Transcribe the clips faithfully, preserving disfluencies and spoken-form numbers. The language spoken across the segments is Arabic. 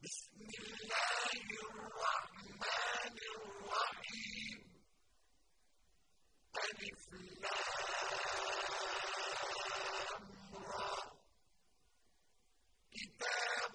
بسم الله الرحمن الرحيم ألف لام را كتاب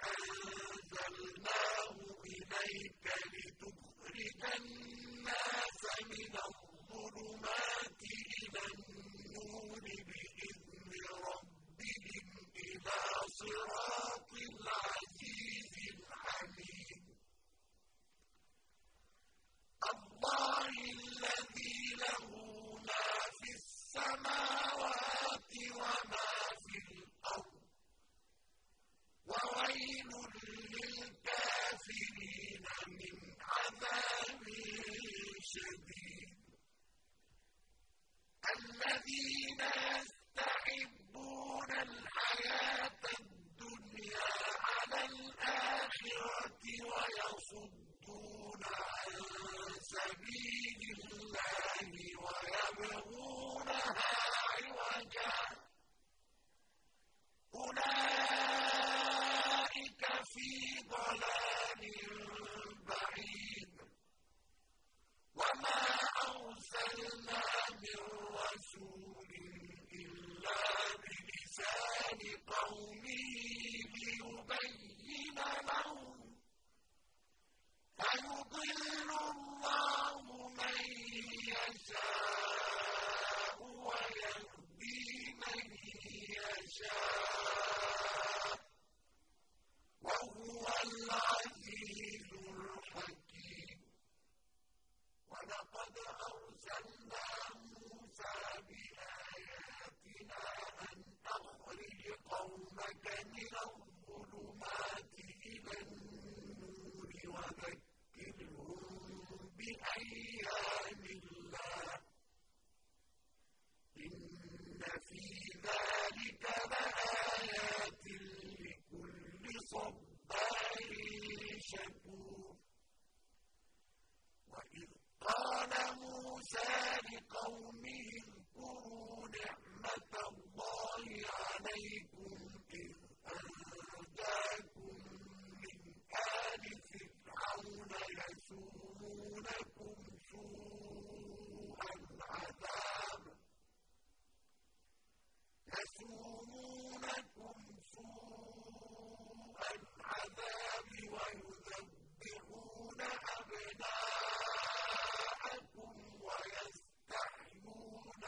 أنزلناه إليك لتخرج الناس من الظلمات إلى النور بإذن ربهم إلى صراط العزيز الحميد الله الذي له ما في السماوات وما في الأرض وويل للكافرين من عذاب شديد الذين يستحبون الحياة الدنيا على الآخرة ويصدون عن سبيل الله ويبغونها عوجا أولئك في ضلال بعيد وما أرسلنا من رسول إلا بلسان قومه ليبين لهم فيضل الله من يشاء ويهدي من يشاء وهو العزيز الحكيم ولقد أرسلنا موسى بآياتنا أن أخرج قومك من الظلمات إلى النور وذكرهم بأيام الله إن في ذلك لآيات لكل صبار شكور وإذ قال موسى لقومه اذكروا نعمة الله عليكم إذ أنجاكم من آل فرعون يسومونكم سوء العذاب يسومونكم سوء العذاب ويذبحون أبناءكم ويستحيون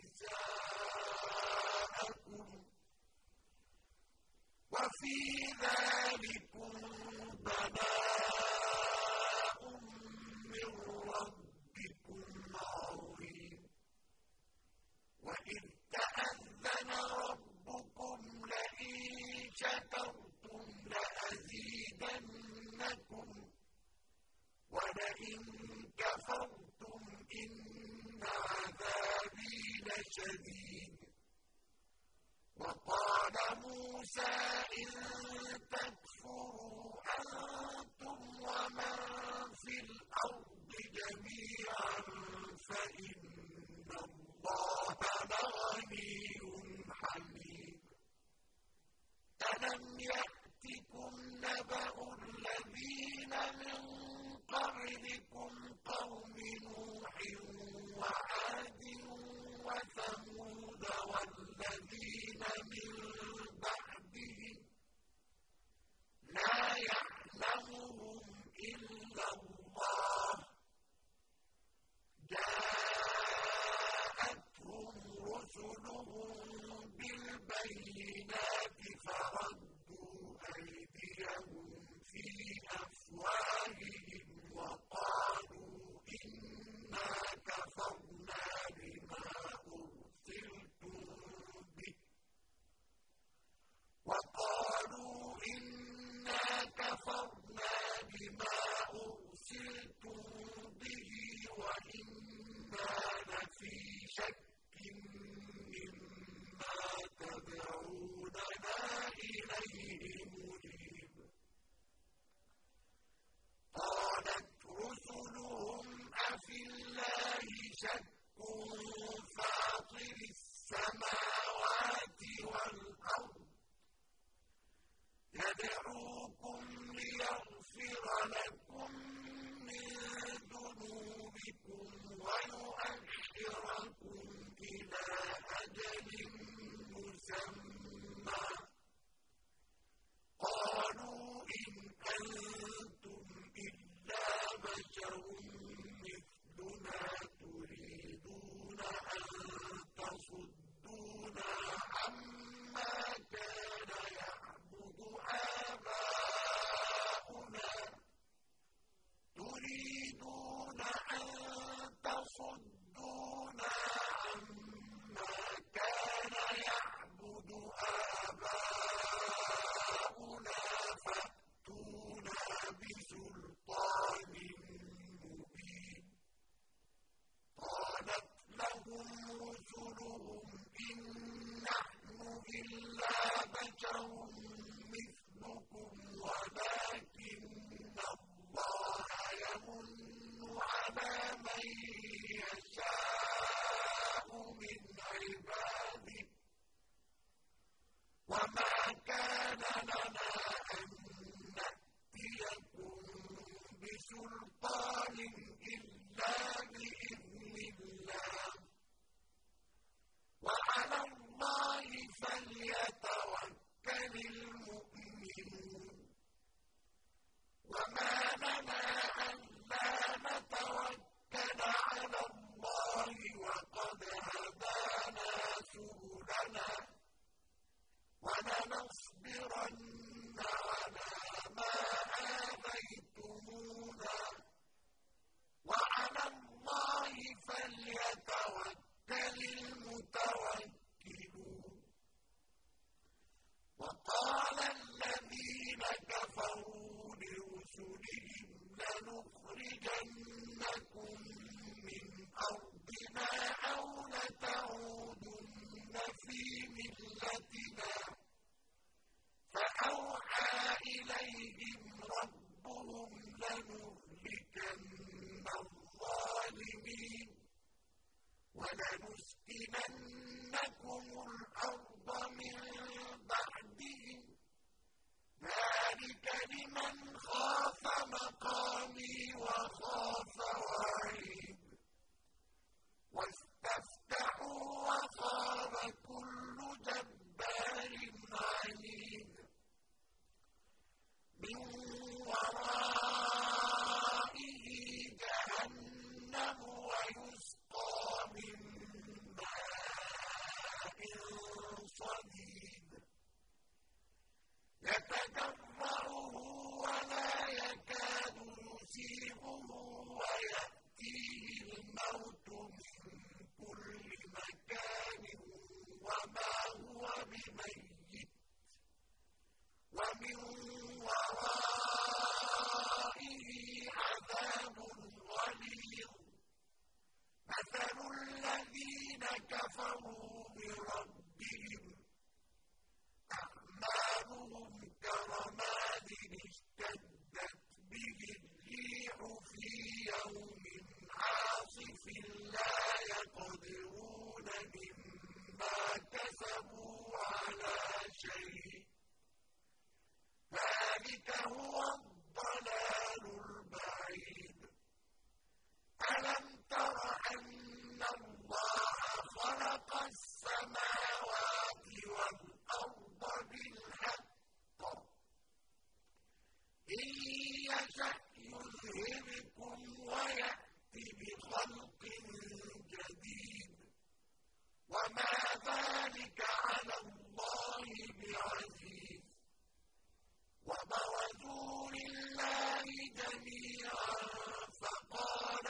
نساءكم وفي ذلكم بلاء من ربكم عظيم وإذ تأذن ربكم لئن شكرتم لأزيدنكم ولئن كفرتم إن عذابي لشديد وقال موسى إن تكفروا أنتم ومن في الأرض جميعا فإن الله لغني حميد ألم يأتكم نبأ الذين من قبلكم قوم نوح وعاد وثمود والذين من بعدهم إليهم ربهم لنهلكن الظالمين ولنسكننكم الأرض من بعدهم ذلك لمن خاف مقامي وخاف وعيد واستفتحوا وخاب كل جبار عنيد من ورائه جهنم ويسقى من ماء صديد يتجرعه ولا يكاد يسيغه ويأتيه الموت من كل مكان وما هو بميت ومن ورائه عذاب غليظ مثل الذين كفروا بربهم أعمالهم كرماد اشتدت به الريح في يوم عاصف لا يقدرون مما كسبوا على شيء ذلك هو الضلال البعيد ألم تر أن الله خلق السماوات والأرض بالحق إن يشأ يذهبكم ويأتي بخلق جديد وما ذلك على الله بعزيز وبرزوا لله جميعا فقال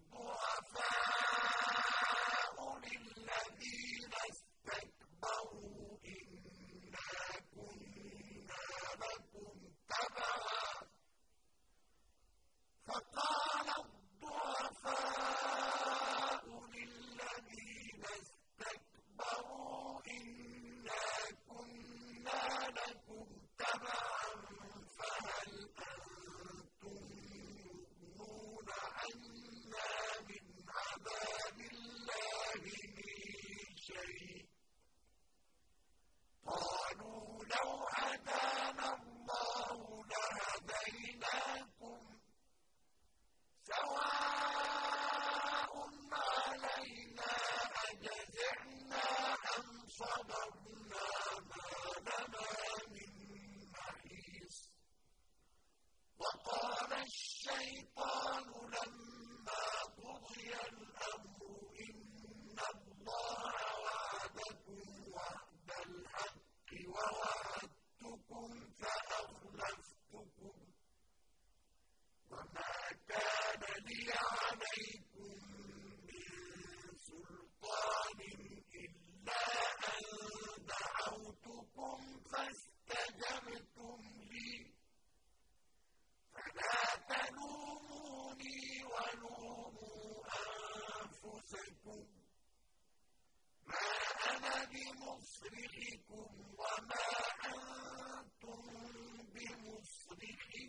الضعفاء للذين استكبروا إنا كنا لكم تبعا فقال الضعفاء للذين استكبروا إنا كنا لكم تبعا فهل أنتم مغنون عنا من عذاب الله من شيء قالوا لو هدانا الله لهديناكم سواء علينا أجزعنا أم صبرنا ما لنا من محيص وقال الشيطان لما قضي الأمر إن الله وعدكم وعد الحق ووعدتكم فأخلفتكم وما كان لي عليكم من سلطان إلا أن دعوتكم فاستجبتم لي فلا تلوموني ولوموا أنفسكم ما أنا بمصرخكم وما أنتم بمصرخي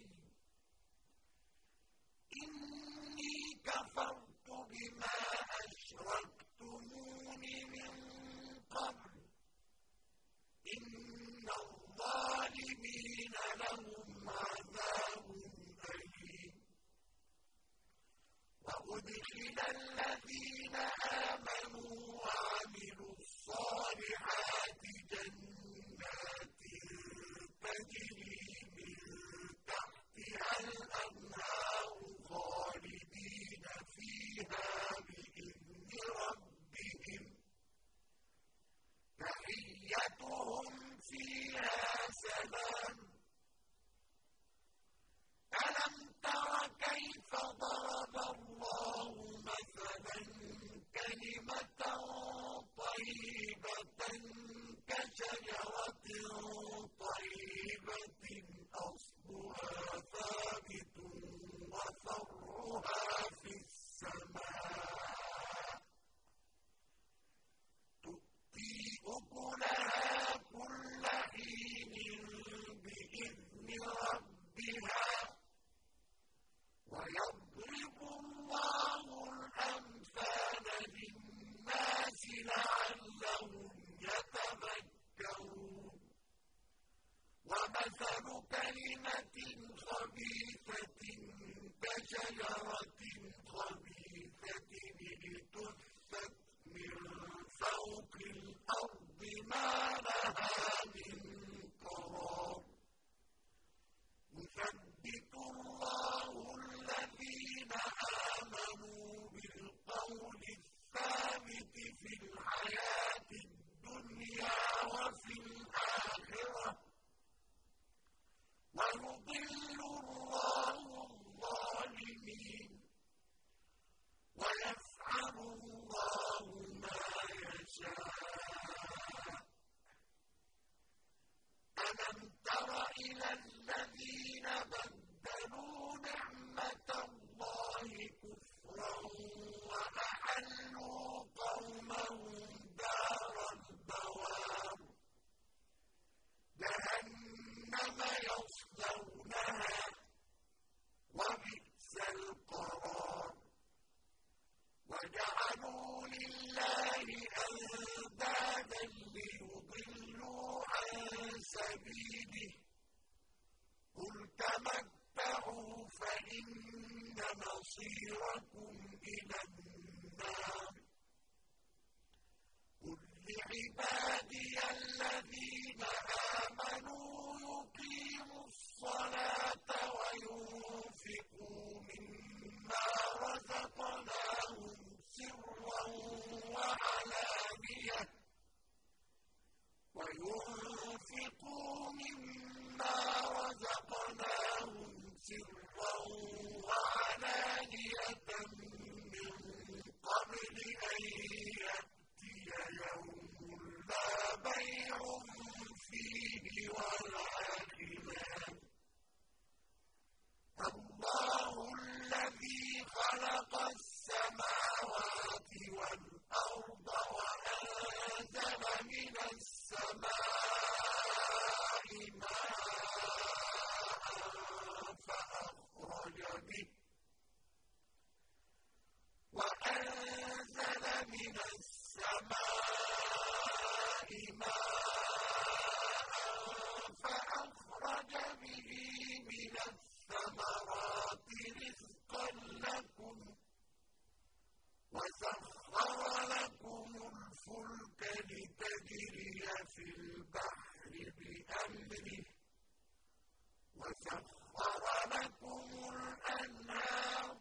إني كفرت بما أشركتمون من قبل إن الظالمين لهم عذاب أليم وأدخل الذين آمنوا وعملوا الصالحات جنات تجري من تحتها الأنهار خالدين فيها بإذن ربهم تحيتهم فيها سلام ألم تر كيف ضرب الله مثلا كلمة طيبة جنة خبيثة كشجرة خبيثة اجتثت من فوق الأرض ما لها من قرار يثبت الله الذين آمنوا بالقول الثابت في الحياة الدنيا وفي الآخرة ويضل الله الظالمين ويفعل الله ما يشاء ألم تر إلى الذين بدلوا نعمة الله كفرا وأحلوا قومهم دار البوار جهنم يصلونها وبئس القرار وجعلوا لله أندادا ليضلوا عن سبيله قل تمتعوا فإن مصيركم إلى النار قل لعبادي الذين آمنوا يقيموا الصلاة وينفقوا مما رزقناهم سرا وعلانية وينفقوا مما رزقناهم سرا وعلانية من قبل أن يأتي يوم لا بيع فيه ولا خلال الله الذي خلق السماوات والأرض وأنزل من السماء ماء فأخرج به وأنزل من السماء ماء فأخرج به من الثمرات رزقا لكم وسخر لكم الفلك لتجري في البحر بأمره وسخر لكم الأنهار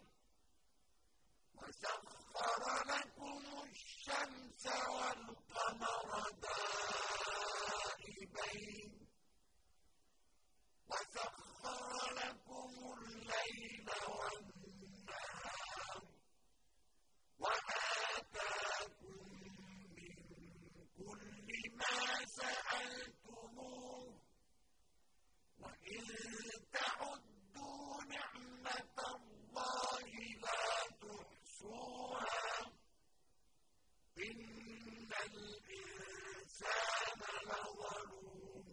وسخر لكم الشمس والقمر دائبين وسخر لكم الليل والنهار وآتاكم من كل ما سألتموه وإن تعدوا نعمة الله لا تحصوها إن الإنسان لظلوم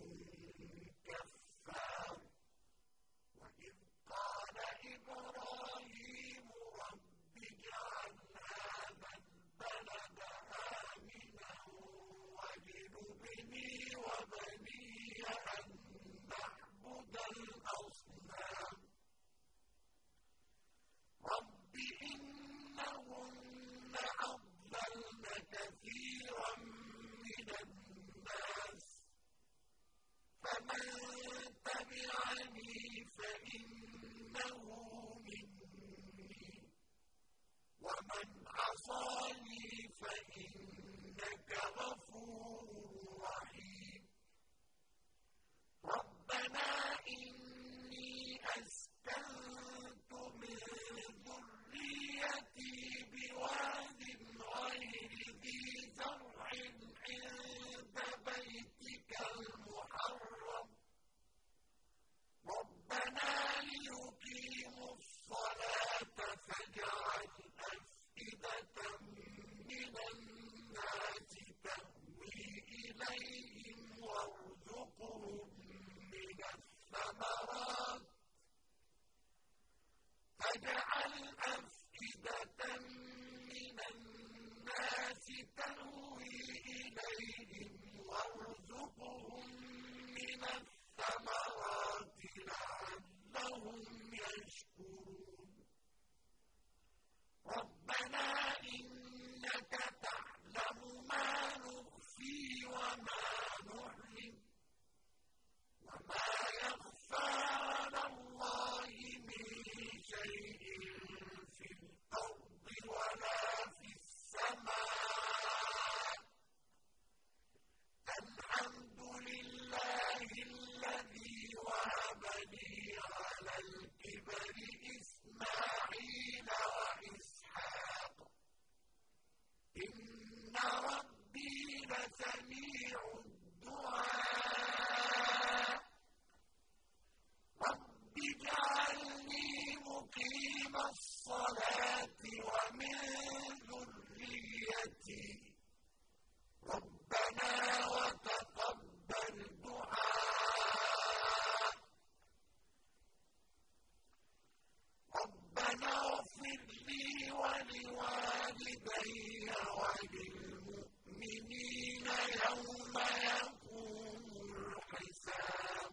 كفار وإذ قال إبراهيم رب اجعل هذا البلد آمنا واجنبني وبني أن نعبد الأصنام رب إنهن أضللن كثيرا من الناس فمن تبعني فإنه مني ومن عصاني فإنك غفور رحيم ربنا إني أسكنت من ذريتي بواد غير ذي زرع عند بيتك المحرم ربنا ليقيموا الصلاة فاجعل أفئدة من الناس تهوي إليهم وارزقهم من الثمرات فاجعل أفئدة من الناس تهوي إليهم وارزقهم من الثمرات لعلهم يشكرون ربنا إنك تعلم ما نخفي وما نعلن وما يخفى على الله من شيء في الأرض ولا في السماء الحمد لله الذي وهب لي على الكبر إسماعيل وإسحاق إن ربي لسميع الدعاء رب اجعلني مقيم الصلاة ومن ذريتي ربنا وتقبل دعاء ربنا اغفر لي ولوالدي وللمؤمنين يوم يقوم الحساب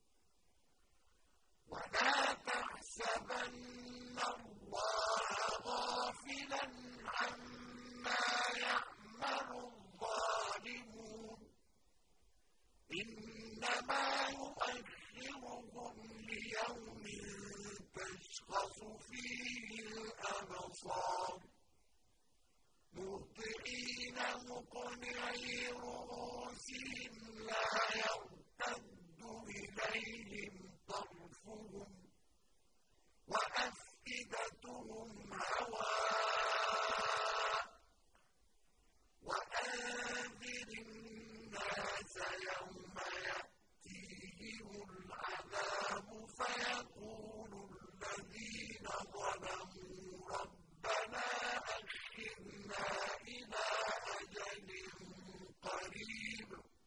ولا تحسبن الله غافلا عما يعمل الظالمون إنما يؤخرهم ليوم تشخص فيه الأبصار مهطعين مقنعي رؤوسهم لا يرتد إليهم طرفهم وأفئدتهم هواء وأنذر الناس يوم يأتيهم العذاب فيقول الذين ظلموا ربنا أخرنا إلى أجل قريب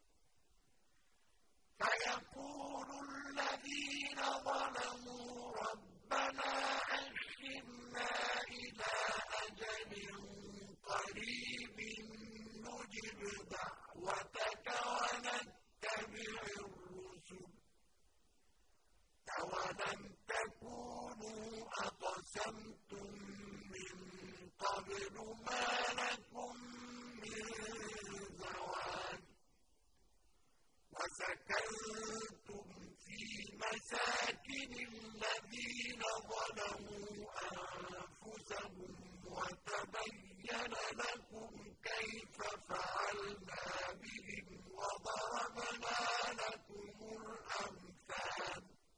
فيقول الذين ظلموا ربنا أخرنا إلى أجل قريب نجب دعوتك ونتبع الرسل أولم تكونوا أقسمتم من قبل ما لكم من زوال وسكنتم في مساكن الذين ظلموا أنفسهم وتبين لكم كيف فعلنا بهم وضربنا لكم الأمثال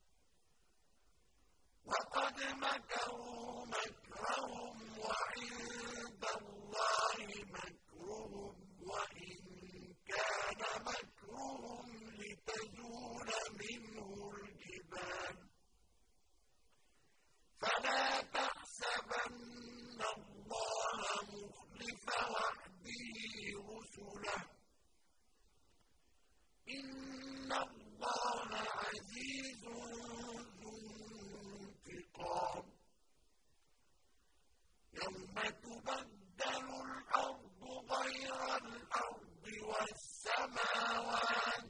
وقد مكروا مكرهم وعند الله مكرهم وإن كان مكرهم لتزول منه الجبال فلا تحسبن الله مخلف وعده رسله إن الله عزيز ذو انتقام يوم تبدل الأرض غير الأرض والسماوات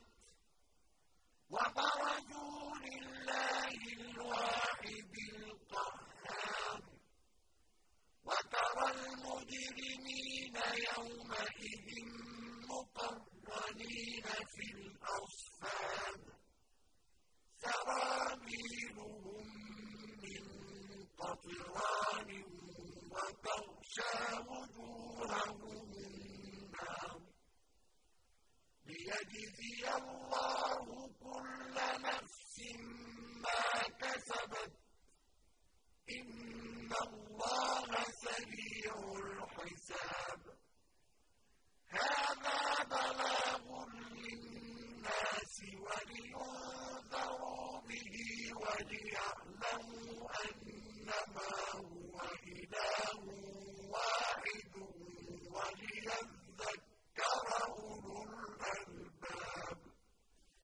وبرزوا لله الواحد القهار وترى المجرمين يومئذ مقرنين في الأصفاد سرابيلهم من قطران وتغشى وجوههم النار ليجزي الله كل نفس ما كسبت إن الله سريع الحساب هذا بلاغ للناس ولينذروا به وليعلموا أنما